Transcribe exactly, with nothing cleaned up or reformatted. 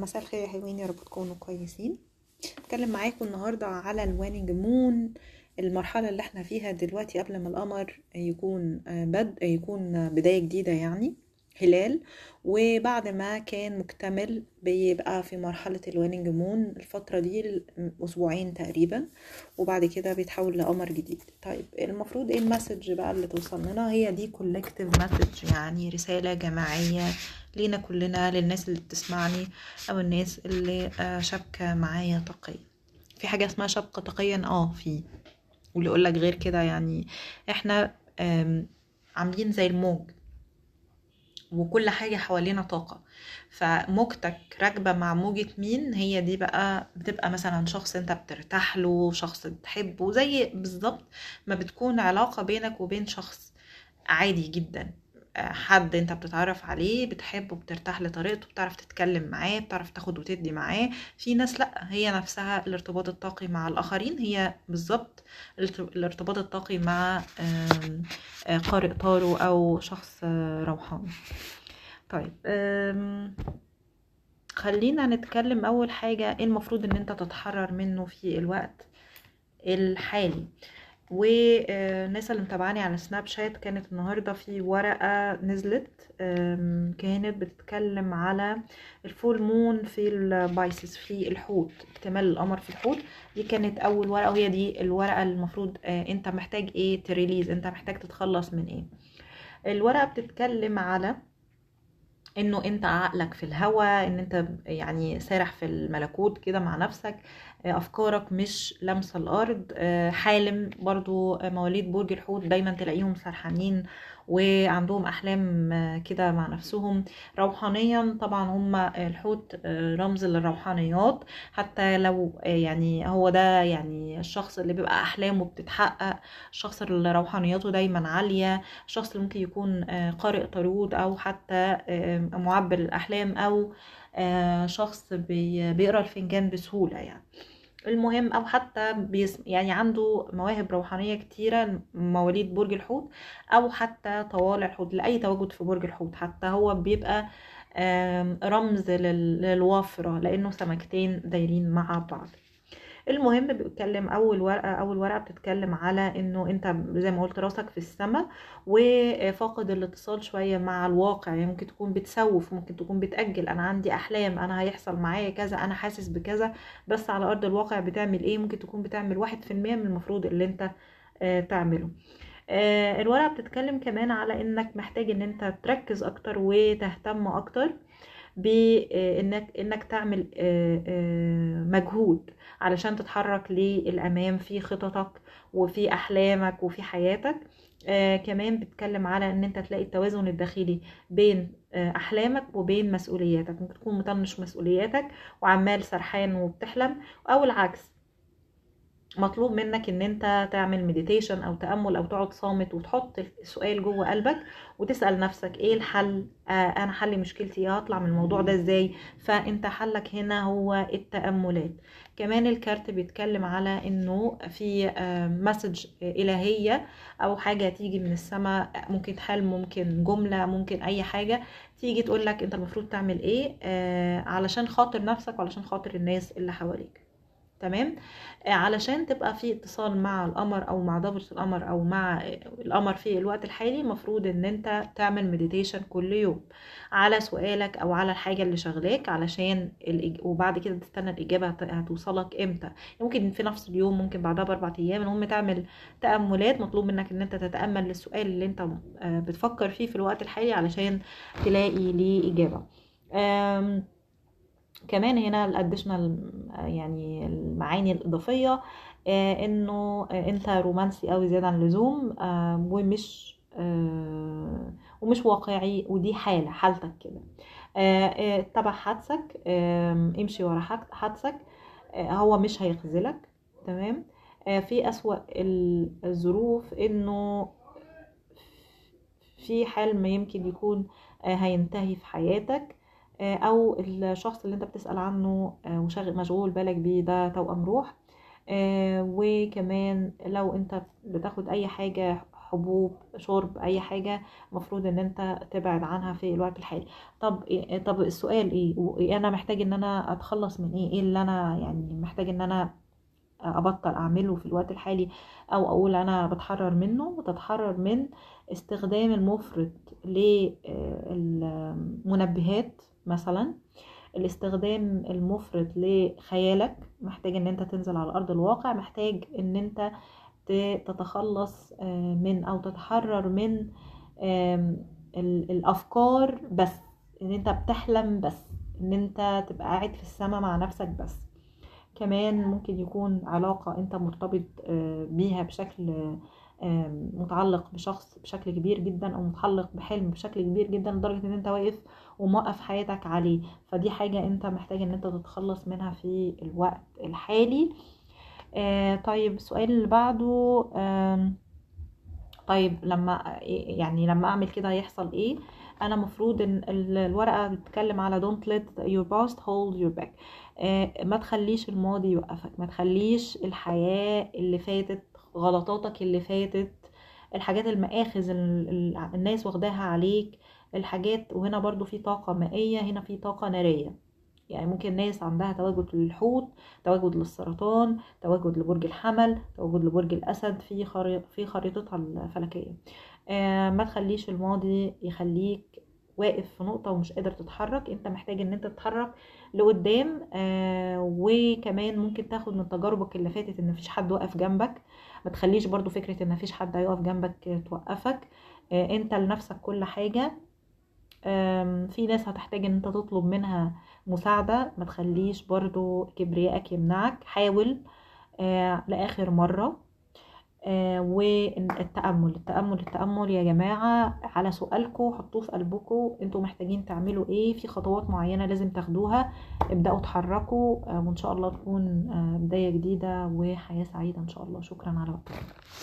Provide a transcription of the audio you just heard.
مساء الخير يا حلوين، يا رب تكونوا كويسين. اتكلم معاكم النهارده على الوانينج مون، المرحله اللي احنا فيها دلوقتي قبل ما القمر يكون بد يكون بدايه جديده، يعني هلال. وبعد ما كان مكتمل بيبقى في مرحله الوانينج مون الفتره دي اسبوعين تقريبا، وبعد كده بيتحول لقمر جديد. طيب المفروض ايه المسج بقى اللي توصل لنا؟ هي دي كولكتيف مسج، يعني رساله جماعيه لينا كلنا، للناس اللي بتسمعني او الناس اللي شبكة معايا طاقيا. في حاجة اسمها شبكة طاقيا، اه في، واللي يقولك غير كده يعني احنا عاملين زي الموج، وكل حاجة حوالينا طاقة. فموجتك راكبة مع موجة مين؟ هي دي بقى بتبقى مثلا شخص انت بترتاح له، شخص بتحبه، زي بالظبط ما بتكون علاقة بينك وبين شخص عادي جدا، حد انت بتتعرف عليه، بتحبه، بترتاح لطريقته، بتعرف تتكلم معاه، بتعرف تاخد وتدي معاه. في ناس لا، هي نفسها الارتباط الطاقي مع الاخرين هي بالظبط الارتباط الطاقي مع قارئ طارو او شخص روحاني. طيب خلينا نتكلم اول حاجة ايه المفروض ان انت تتحرر منه في الوقت الحالي. والناس اللي متابعاني على سناب شات، كانت النهارده في ورقه نزلت كانت بتتكلم على الفول مون في البايسس، في الحوت، اكتمال القمر في الحوت. دي كانت اول ورقه، وهي دي الورقه اللي المفروض انت محتاج ايه تريليز، انت محتاج تتخلص من ايه. الورقه بتتكلم على انه انت عقلك في الهوا، ان انت يعني سارح في الملكوت كده مع نفسك، افكارك مش لامسه الارض، حالم. برضو مواليد برج الحوت دايما تلاقيهم سرحانين وعندهم احلام كده مع نفسهم. روحانيا طبعا هم الحوت رمز للروحانيات، حتى لو يعني هو ده يعني الشخص اللي بيبقى احلامه بتتحقق، الشخص اللي روحانياته دايما عاليه، الشخص اللي ممكن يكون قارئ طارود او حتى معبر الاحلام، او شخص بيقرا الفنجان بسهوله يعني. المهم او حتى بيسم يعني عنده مواهب روحانيه كتيره مواليد برج الحوت، او حتى طوالع الحوت، لاي تواجد في برج الحوت. حتى هو بيبقى رمز للوفره، لانه سمكتين دايرين مع بعض. المهم بيتكلم اول ورقه اول ورقه بتتكلم على انه انت زي ما قلت راسك في السماء، وفاقد الاتصال شويه مع الواقع. يعني ممكن تكون بتسوف، ممكن تكون بتاجل، انا عندي احلام، انا هيحصل معايا كذا، انا حاسس بكذا، بس على ارض الواقع بتعمل ايه؟ ممكن تكون بتعمل واحد في المية من المفروض اللي انت تعمله. الورقه بتتكلم كمان على انك محتاج ان انت تركز اكتر وتهتم اكتر بانك انك تعمل مجهود علشان تتحرك للامام في خططك وفي احلامك وفي حياتك. كمان بتتكلم على ان انت تلاقي التوازن الداخلي بين احلامك وبين مسؤولياتك. ممكن تكون مطنش مسؤولياتك وعمال سرحان وبتحلم، او العكس، مطلوب منك ان انت تعمل مديتيشن او تأمل، او تقعد صامت وتحط السؤال جوه قلبك وتسأل نفسك ايه الحل، آه انا حل مشكلتي ايه، هطلع من الموضوع ده ازاي؟ فانت حلك هنا هو التأملات. كمان الكارت بيتكلم على انه في آه مسج الهية او حاجة تيجي من السماء، ممكن حلم، ممكن جملة، ممكن اي حاجة تيجي تقولك انت المفروض تعمل ايه آه علشان خاطر نفسك وعلشان خاطر الناس اللي حواليك. تمام. علشان تبقى في اتصال مع القمر او مع ضبط القمر او مع القمر في الوقت الحالي، مفروض ان انت تعمل مديتيشن كل يوم على سؤالك او على الحاجة اللي شغلاك، علشان الإج... وبعد كده تستنى الاجابة هتوصلك امتى. ممكن في نفس اليوم، ممكن بعدها باربع ايام. المهم تعمل تأملات، مطلوب منك ان انت تتأمل للسؤال اللي انت بتفكر فيه في الوقت الحالي علشان تلاقي ليه اجابة. أم... كمان هنا الاديشنال يعني المعاني الاضافيه، آه انه آه انت رومانسي قوي زياده عن اللزوم، آه ومش آه ومش واقعي، ودي حاله حالتك كده. آه اتبع حدسك، آه امشي ورا حدسك، آه هو مش هيخذلك. تمام. آه في اسوأ الظروف انه في حلم يمكن يكون آه هينتهي في حياتك، او الشخص اللي انت بتسأل عنه وشغل مشغول بالك بيه ده توأم روح. وكمان لو انت بتاخد اي حاجة حبوب، شرب، اي حاجة مفروض ان انت تبعد عنها في الوقت الحالي. طب إيه- طب السؤال ايه؟ وإيه انا محتاج ان انا اتخلص من ايه؟ ايه اللي انا يعني محتاج ان انا ابطل اعمله في الوقت الحالي، او اقول انا بتحرر منه؟ وتتحرر من استخدام المفرط للمنبهات مثلا، الاستخدام المفرط لخيالك، محتاج ان انت تنزل على ارض الواقع، محتاج ان انت ت- تتخلص آه، من او تتحرر من آم، ال- الافكار، بس ان انت بتحلم، بس ان انت تبقى قاعد في السماء مع نفسك بس. كمان ممكن يكون علاقة انت مرتبط آه، بيها بشكل آه، متعلق بشخص بشكل كبير جدا، او متعلق بحلم بشكل كبير جدا لدرجة ان انت واقف وموقف حياتك عليه، فدي حاجة انت محتاج ان انت تتخلص منها في الوقت الحالي. آه، طيب السؤال اللي بعده، آم، طيب لما يعني لما اعمل كده هيحصل ايه؟ انا مفروض ان ال- الورقه بتتكلم على don't let your past hold you back. آه، ما تخليش الماضي يوقفك، ما تخليش الحياه اللي فاتت، غلطاتك اللي فاتت، الحاجات المآخذ ال- ال- الناس واخداها عليك، الحاجات. وهنا برضو في طاقه مائيه، هنا في طاقه ناريه. يعني ممكن ناس عندها تواجد للحوت، تواجد للسرطان، تواجد لبرج الحمل، تواجد لبرج الأسد في خري... في خريطتها الفلكية. آه ما تخليش الماضي يخليك واقف في نقطة ومش قادر تتحرك، انت محتاج ان انت تتحرك لقدام. آه وكمان ممكن تاخد من تجاربك اللي فاتت ان مفيش حد واقف جنبك، ما تخليش برضو فكرة ان مفيش حد هيقف جنبك توقفك. آه انت لنفسك كل حاجة. آم، في ناس هتحتاج ان انت تطلب منها مساعدة، ما تخليش برضو كبريائك يمنعك، حاول آه، لآخر مرة. آه، والتأمل التأمل التأمل يا جماعة، على سؤالكم حطوه في قلبكم، انتوا محتاجين تعملوا ايه، في خطوات معينة لازم تاخدوها. ابدأوا اتحركوا، آه، وان شاء الله تكون آه، بداية جديدة وحياة سعيدة ان شاء الله. شكرا على وقتكم.